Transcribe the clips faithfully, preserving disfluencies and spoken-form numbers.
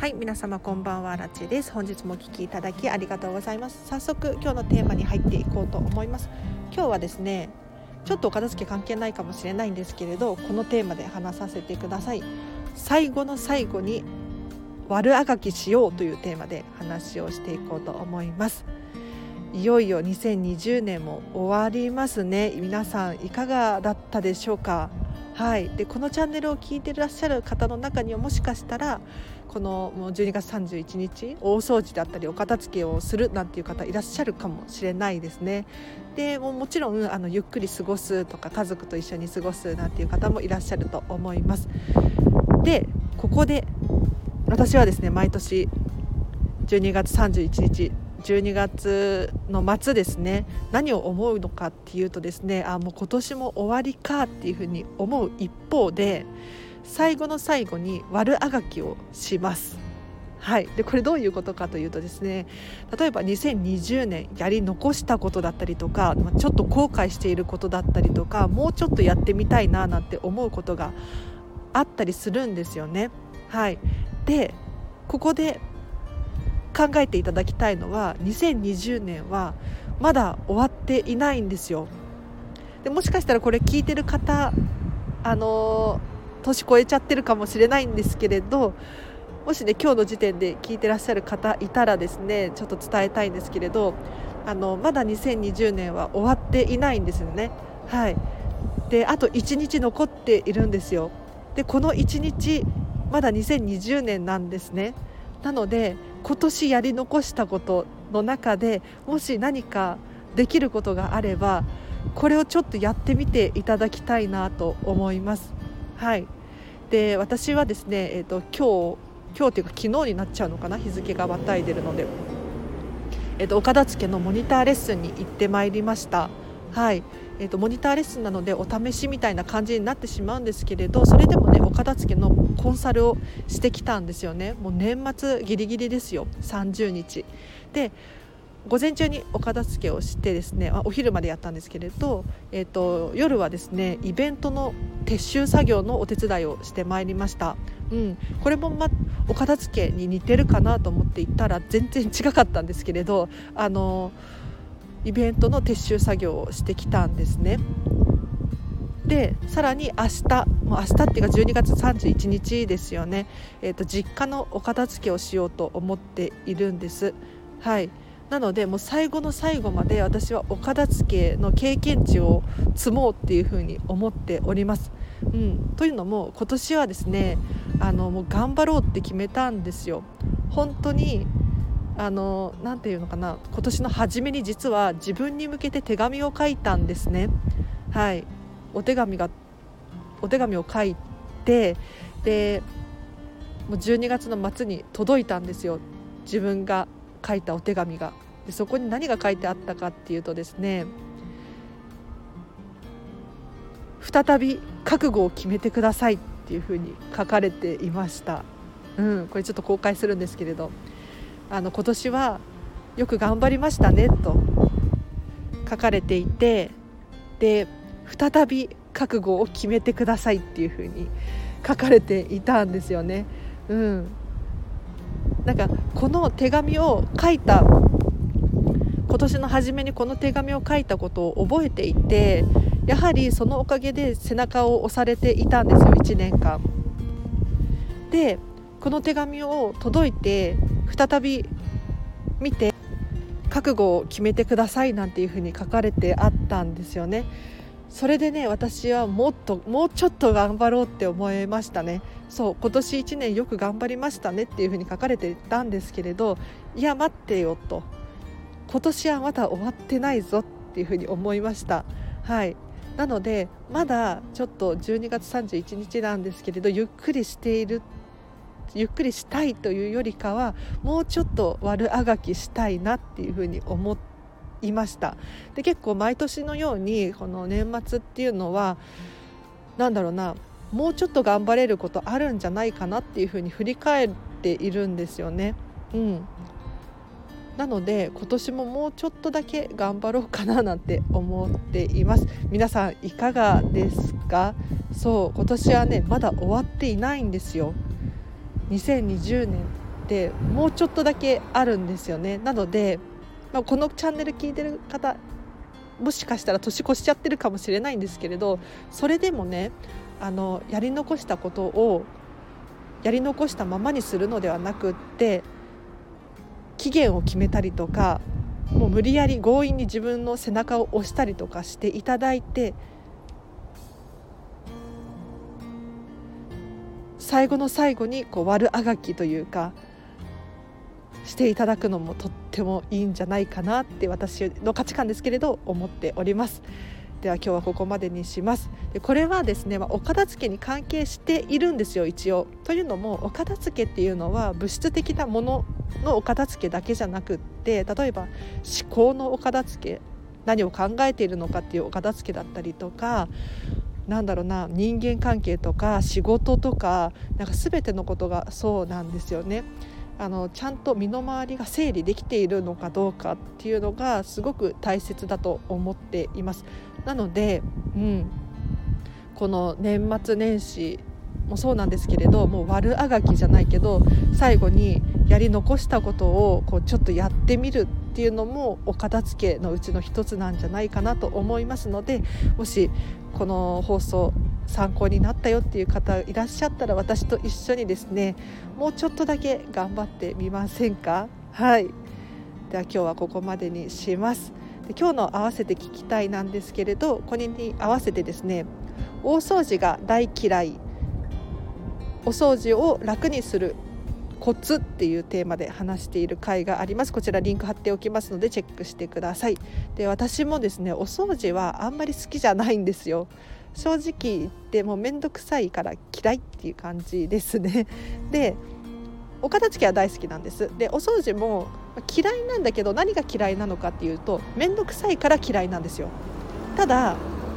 はい、皆様こんばんは、ラチです。本日もお聞きいただきありがとうございます。早速今日のテーマに入っていこうと思います。今日はですね、ちょっとお片付け関係ないかもしれないんですけれど、このテーマで話させてください。最後の最後に悪あがきしようというテーマで話をしていこうと思います。いよいよにせんにじゅうねんも終わりますね。皆さんいかがだったでしょうか。はい、でこのチャンネルを聞いていらっしゃる方の中には、もしかしたらこのもうじゅうにがつさんじゅういちにち大掃除だったりお片付けをするなんていう方いらっしゃるかもしれないですね。でもうもちろんあのゆっくり過ごすとか家族と一緒に過ごすなんていう方もいらっしゃると思います。でここで私はですね、毎年じゅうにがつさんじゅういちにちじゅうにがつの末ですね、何を思うのかっていうとですね、あもう今年も終わりかっていうふうに思う一方で、最後の最後に悪あがきをします。はい、でこれどういうことかというとですね、例えばにせんにじゅうねんやり残したことだったりとか、ちょっと後悔していることだったりとか、もうちょっとやってみたいななんて思うことがあったりするんですよね。はい、でここで考えていただきたいのは、にせんにじゅうねんはまだ終わっていないんですよ。でもしかしたらこれ聞いてる方、あの年越えちゃってるかもしれないんですけれど、もしね今日の時点で聞いてらっしゃる方いたらですね、ちょっと伝えたいんですけれど、あのまだにせんにじゅうねんは終わっていないんですよね。はい、であといちにち残っているんですよ。でこのいちにちまだにせんにじゅうねんなんですね。なので今年やり残したことの中で、もし何かできることがあれば、これをちょっとやってみていただきたいなと思います。はい、で私はですね、えーと、今日今日というか昨日になっちゃうのかな、日付がまたいでるので、えーと、お片付けのモニターレッスンに行ってまいりました。はい、えーと、モニターレッスンなのでお試しみたいな感じになってしまうんですけれど、それでもねお片付けのコンサルをしてきたんですよね。もう年末ギリギリですよ、さんじゅうにちで午前中にお片付けをしてですね、お昼までやったんですけれど、えーと、夜はですねイベントの撤収作業のお手伝いをしてまいりました。うん、これも、ま、お片付けに似てるかなと思って行ったら全然違かったんですけれど、あのイベントの撤収作業をしてきたんですね。でさらに明日もう明日っていうかじゅうにがつさんじゅういちにちですよね、えーと、実家のお片付けをしようと思っているんです。はい、なのでもう最後の最後まで私はお片付けの経験値を積もうっていうふうに思っております。うん、というのも今年はですね、あのもう頑張ろうって決めたんですよ。本当にあのなんていうのかな、今年の初めに実は自分に向けて手紙を書いたんですね。はい、お手紙がお手紙を書いて、でもうじゅうにがつの末に届いたんですよ、自分が書いたお手紙が。でそこに何が書いてあったかっていうとですね、再び覚悟を決めてくださいっていうふうに書かれていました。うん、これちょっと公開するんですけれど、あの今年はよく頑張りましたねと書かれていて、で再び覚悟を決めてくださいっていう風に書かれていたんですよね。うん、なんかこの手紙を書いた今年の初めにこの手紙を書いたことを覚えていて、やはりそのおかげで背中を押されていたんですよ、いちねんかんで。この手紙を届いて再び見て覚悟を決めてくださいなんていうふうに書かれてあったんですよね。それでね、私はもっともうちょっと頑張ろうって思いましたね。そう、今年いちねんよく頑張りましたねっていうふうに書かれてたんですけれど、いや待ってよと、今年はまだ終わってないぞっていうふうに思いました。はい、なのでまだちょっとじゅうにがつさんじゅういちにちなんですけれど、ゆっくりしているゆっくりしたいというよりかは、もうちょっと悪あがきしたいなっていうふうに思いました。で結構毎年のようにこの年末っていうのはなんだろうな、もうちょっと頑張れることあるんじゃないかなっていうふうに振り返っているんですよね。うん、なので今年ももうちょっとだけ頑張ろうかななんて思っています。皆さんいかがですか？そう、今年はねまだ終わっていないんですよ。にせんにじゅうねんってもうちょっとだけあるんですよね。なので、まあ、このチャンネル聞いてる方もしかしたら年越しちゃってるかもしれないんですけれど、それでもねあのやり残したことをやり残したままにするのではなくって、期限を決めたりとか、もう無理やり強引に自分の背中を押したりとかしていただいて、最後の最後にこう悪あがきというかしていただくのもとってもいいんじゃないかなって私の価値観ですけれど思っております。では今日はここまでにします。でこれはですね、まあ、お片付けに関係しているんですよ一応。というのもお片付けっていうのは物質的なもののお片付けだけじゃなくって、例えば思考のお片付け、何を考えているのかっていうお片付けだったりとか、なんだろうな人間関係とか仕事とか、なんか全てのことがそうなんですよね。あのちゃんと身の回りが整理できているのかどうかっていうのがすごく大切だと思っています。なので、うん、この年末年始もそうなんですけれど、もう悪あがきじゃないけど最後にやり残したことをこうちょっとやってみるっていうのもお片付けのうちの一つなんじゃないかなと思いますので、もしこの放送参考になったよっていう方いらっしゃったら、私と一緒にですねもうちょっとだけ頑張ってみませんか。はい、では今日はここまでにします。で今日の合わせて聞きたいなんですけれど、これに合わせてですね、大掃除が大嫌い、お掃除を楽にするコツっていうテーマで話している回があります。こちらリンク貼っておきますのでチェックしてください。で私もですねお掃除はあんまり好きじゃないんですよ。正直言ってもうめんどくさいから嫌いっていう感じですね。でお片付けは大好きなんです。でお掃除も嫌いなんだけど、何が嫌いなのかっていうとめんどくさいから嫌いなんですよ。ただ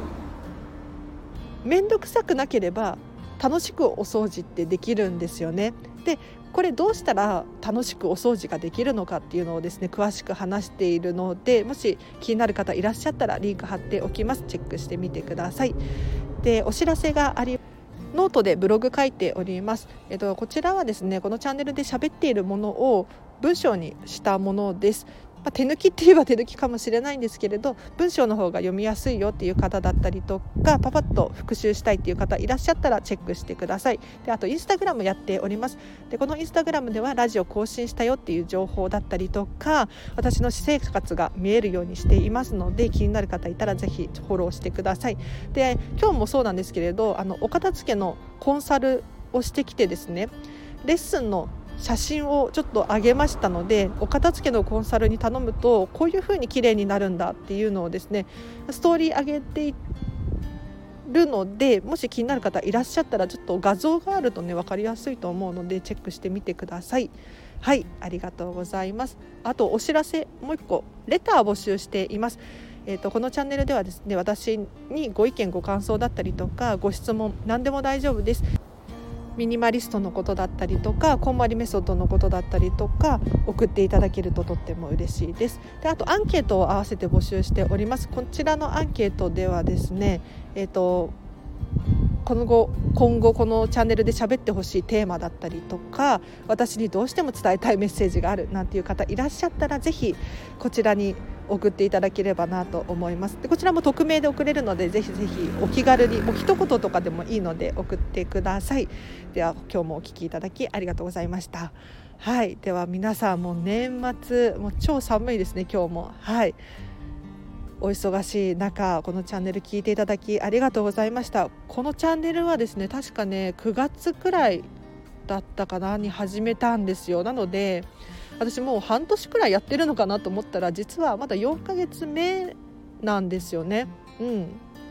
めんどくさくなければ楽しくお掃除ってできるんですよね。でこれどうしたら楽しくお掃除ができるのかっていうのをですね詳しく話しているので、もし気になる方いらっしゃったらリンク貼っておきます。チェックしてみてください。でお知らせがありノートでブログ書いております。えっと、こちらはですねこのチャンネルで喋っているものを文章にしたものです。まあ、手抜きって言えば手抜きかもしれないんですけれど、文章の方が読みやすいよっていう方だったりとか、パパッと復習したいっていう方いらっしゃったらチェックしてください。であとインスタグラムやっております。でこのインスタグラムではラジオ更新したよっていう情報だったりとか、私の私生活が見えるようにしていますので、気になる方いたらぜひフォローしてください。で今日もそうなんですけれど、あのお片付けのコンサルをしてきてですね、レッスンの写真をちょっと上げましたので、お片付けのコンサルに頼むとこういう風に綺麗になるんだっていうのをですねストーリー上げているので、もし気になる方いらっしゃったらちょっと画像があるとね分かりやすいと思うのでチェックしてみてください。はい、ありがとうございます。あとお知らせもう一個、レター募集しています。えーと、このチャンネルではですね私にご意見ご感想だったりとかご質問何でも大丈夫です。ミニマリストのことだったりとか、こんまりメソッドのことだったりとか送っていただけるととっても嬉しいです。であとアンケートを合わせて募集しております。こちらのアンケートではですね、えーと今後、今後このチャンネルで喋ってほしいテーマだったりとか、私にどうしても伝えたいメッセージがあるなんていう方いらっしゃったらぜひこちらに送っていただければなと思います。でこちらも匿名で送れるのでぜひぜひお気軽にもう一言とかでもいいので送ってください。では今日もお聞きいただきありがとうございました。はい、では皆さんもう年末もう超寒いですね今日も。はいお忙しい中このチャンネル聞いていただきありがとうございました。このチャンネルはですね確かねくがつくらいだったかなに始めたんですよ。なので私もう半年くらいやってるのかなと思ったら実はまだよんかげつめなんですよね。うん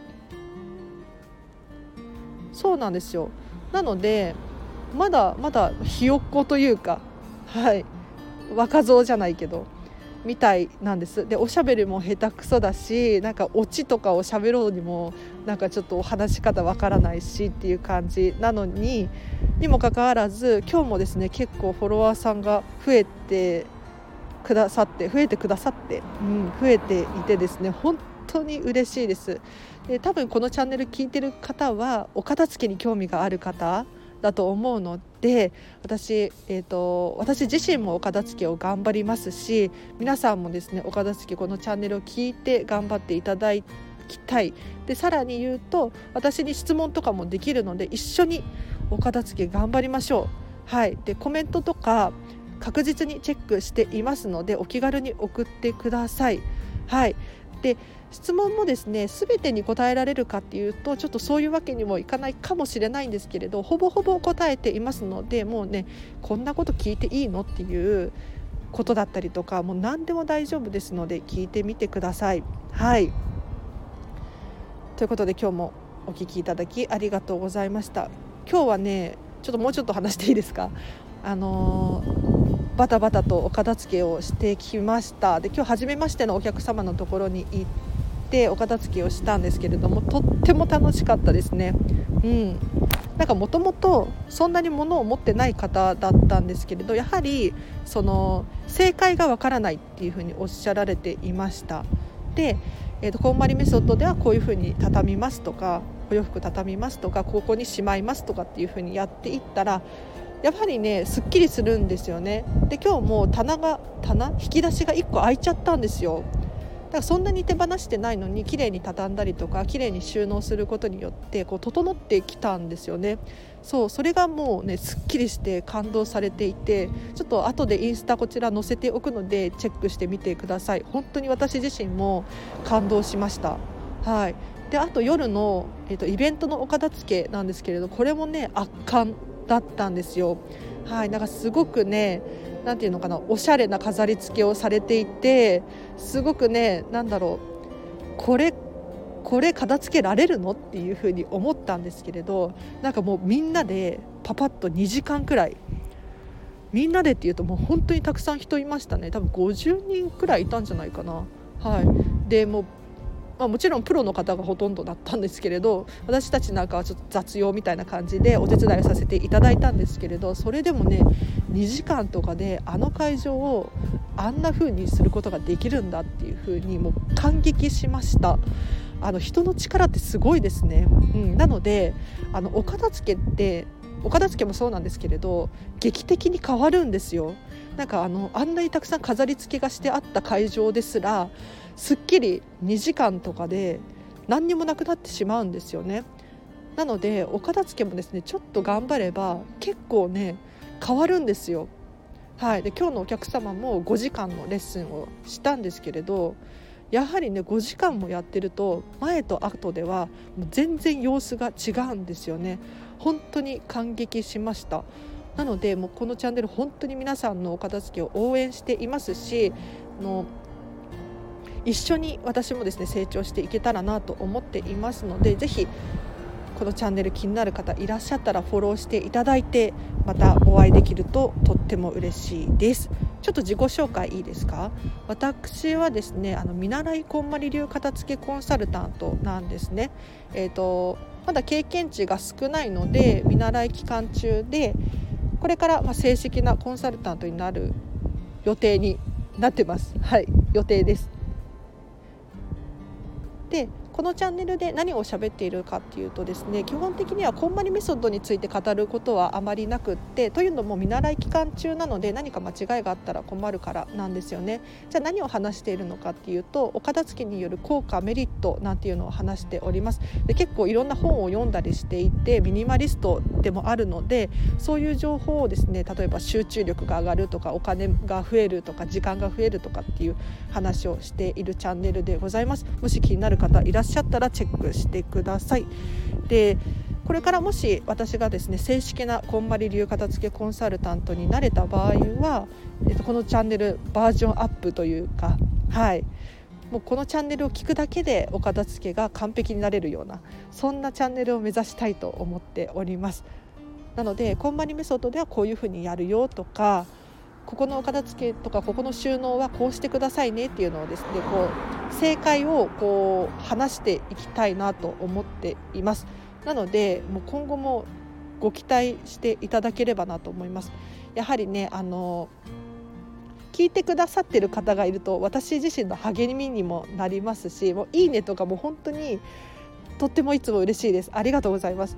そうなんですよ。なのでまだまだひよっこというか、はい若造じゃないけどみたいなんです。でおしゃべりも下手くそだし、なんかオチとかをしゃべろうにもなんかちょっとお話し方わからないしっていう感じなのににもかかわらず、今日もですね結構フォロワーさんが増えてくださって増えてくださって、うん、増えていてですね本当に嬉しいです。で多分このチャンネル聞いてる方はお片付けに興味がある方だと思うので、 で私、えーと、私自身もお片付けを頑張りますし、皆さんもですねお片付けこのチャンネルを聞いて頑張っていただきたい。でさらに言うと私に質問とかもできるので一緒にお片付け頑張りましょう。はい、でコメントとか確実にチェックしていますのでお気軽に送ってください。はい、で質問もですね全てに答えられるかっていうとちょっとそういうわけにもいかないかもしれないんですけれど、ほぼほぼ答えていますので、もうねこんなこと聞いていいのっていうことだったりとかもう何でも大丈夫ですので聞いてみてください。はい、ということで今日もお聞きいただきありがとうございました。今日はねちょっともうちょっと話していいですか。あのー、バタバタとお片付けをしてきました。で今日初めましてのお客様のところに行ってお片付けをしたんですけれども、とっても楽しかったですね。うん、なんかもともとそんなに物を持ってない方だったんですけれど、やはりその正解がわからないっていうふうにおっしゃられていました。で、えーと、こんまりメソッドではこういうふうに畳みますとか、お洋服畳みますとか、ここにしまいますとかっていうふうにやっていったらやはりねすっきりするんですよね。で今日も棚が棚引き出しがいっこ開いちゃったんですよ。だからそんなに手放してないのに綺麗に畳んだりとか綺麗に収納することによってこう整ってきたんですよね。そうそれがもうねすっきりして感動されていて、ちょっと後でインスタこちら載せておくのでチェックしてみてください。本当に私自身も感動しました。はい、であと夜の、えーと、イベントのお片付けなんですけれど、これもね圧巻だったんですよ。はい、なんかすごくねなんていうのかな、おしゃれな飾り付けをされていて、すごくねなんだろうこれこれ片付けられるのっていうふうに思ったんですけれど、なんかもうみんなでパパッとにじかんくらい、みんなでっていうともう本当にたくさん人いましたね。多分ごじゅうにんくらいいたんじゃないかな。はい、でもうまあ、もちろんプロの方がほとんどだったんですけれど、私たちなんかはちょっと雑用みたいな感じでお手伝いをさせていただいたんですけれど、それでもねにじかんとかであの会場をあんな風にすることができるんだっていう風にもう感激しました。あの人の力ってすごいですね。うん、なのであのお片付けってお片付けもそうなんですけれど劇的に変わるんですよ。なんかあのあんなにたくさん飾り付けがしてあった会場ですらすっきりにじかんとかで何にもなくなってしまうんですよね。なのでお片付けもですねちょっと頑張れば結構ね変わるんですよ。はい、で今日のお客様もごじかんのレッスンをしたんですけれど、やはりねごじかんもやってると前と後ではもう全然様子が違うんですよね。本当に感激しました。なのでもうこのチャンネル本当に皆さんのお片付けを応援していますし、あの一緒に私もですね成長していけたらなと思っていますので、ぜひこのチャンネル気になる方いらっしゃったらフォローしていただいてまたお会いできるととっても嬉しいです。ちょっと自己紹介いいですか。私はですねあの見習いこんまり流片付けコンサルタントなんですね。えーと、まだ経験値が少ないので見習い期間中で、これからまあ正式なコンサルタントになる予定になってます。はい、予定です。でこのチャンネルで何を喋っているかっていうとですね、基本的にはこんまりメソッドについて語ることはあまりなくって、というのも見習い期間中なので何か間違いがあったら困るからなんですよね。じゃあ何を話しているのかっていうと、お片付けによる効果メリットなんていうのを話しております。で結構いろんな本を読んだりしていてミニマリストでもあるので、そういう情報をですね例えば集中力が上がるとかお金が増えるとか時間が増えるとかっていう話をしているチャンネルでございます。もし気になる方いらっしゃったらチェックしてください。でこれからもし私がですね正式なこんまり流片付けコンサルタントになれた場合は、えっと、このチャンネルバージョンアップというか、はい、もうこのチャンネルを聞くだけでお片付けが完璧になれるようなそんなチャンネルを目指したいと思っております。なのでこんまりメソッドではこういうふうにやるよとか、ここのお片付けとかここの収納はこうしてくださいねっていうのをですねこう正解をこう話していきたいなと思っています。なのでもう今後もご期待していただければなと思います。やはりねあの聞いてくださってる方がいると私自身の励みにもなりますし、もういいねとかも本当にとってもいつも嬉しいです。ありがとうございます。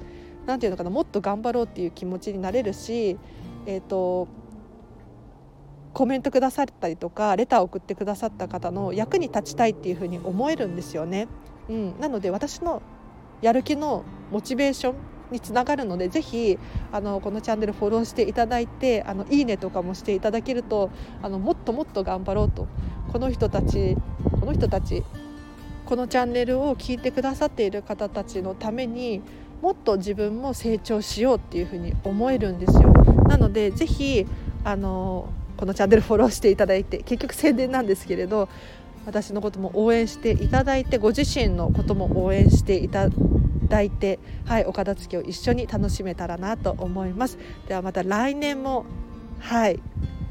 なんていうのかな、もっと頑張ろうっていう気持ちになれるし、えーとコメントくださったりとかレターを送ってくださった方の役に立ちたいっていうふうに思えるんですよね、うん、なので私のやる気のモチベーションにつながるので、ぜひあのこのチャンネルフォローしていただいて、あのいいねとかもしていただけると、あのもっともっと頑張ろうと、この人たちこの人たちこのチャンネルを聞いてくださっている方たちのためにもっと自分も成長しようっていうふうに思えるんですよ。なのでぜひあのこのチャンネルフォローしていただいて、結局宣伝なんですけれど、私のことも応援していただいて、ご自身のことも応援していただいて、はい、お片付けを一緒に楽しめたらなと思います。ではまた来年も、はい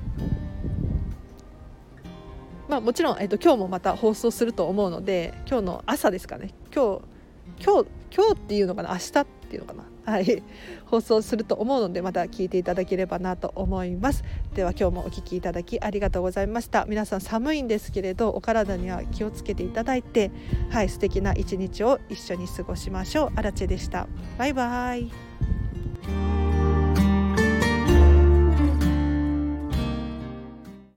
まあ、もちろん、えっと、今日もまた放送すると思うので、今日の朝ですかね、今日今日今日っていうのかな、明日っていうのかな、はい、放送すると思うので、また聞いていただければなと思います。では今日もお聞きいただきありがとうございました。皆さん寒いんですけれど、お体には気をつけていただいて、はい、素敵な一日を一緒に過ごしましょう。あらちでした。バイバイ。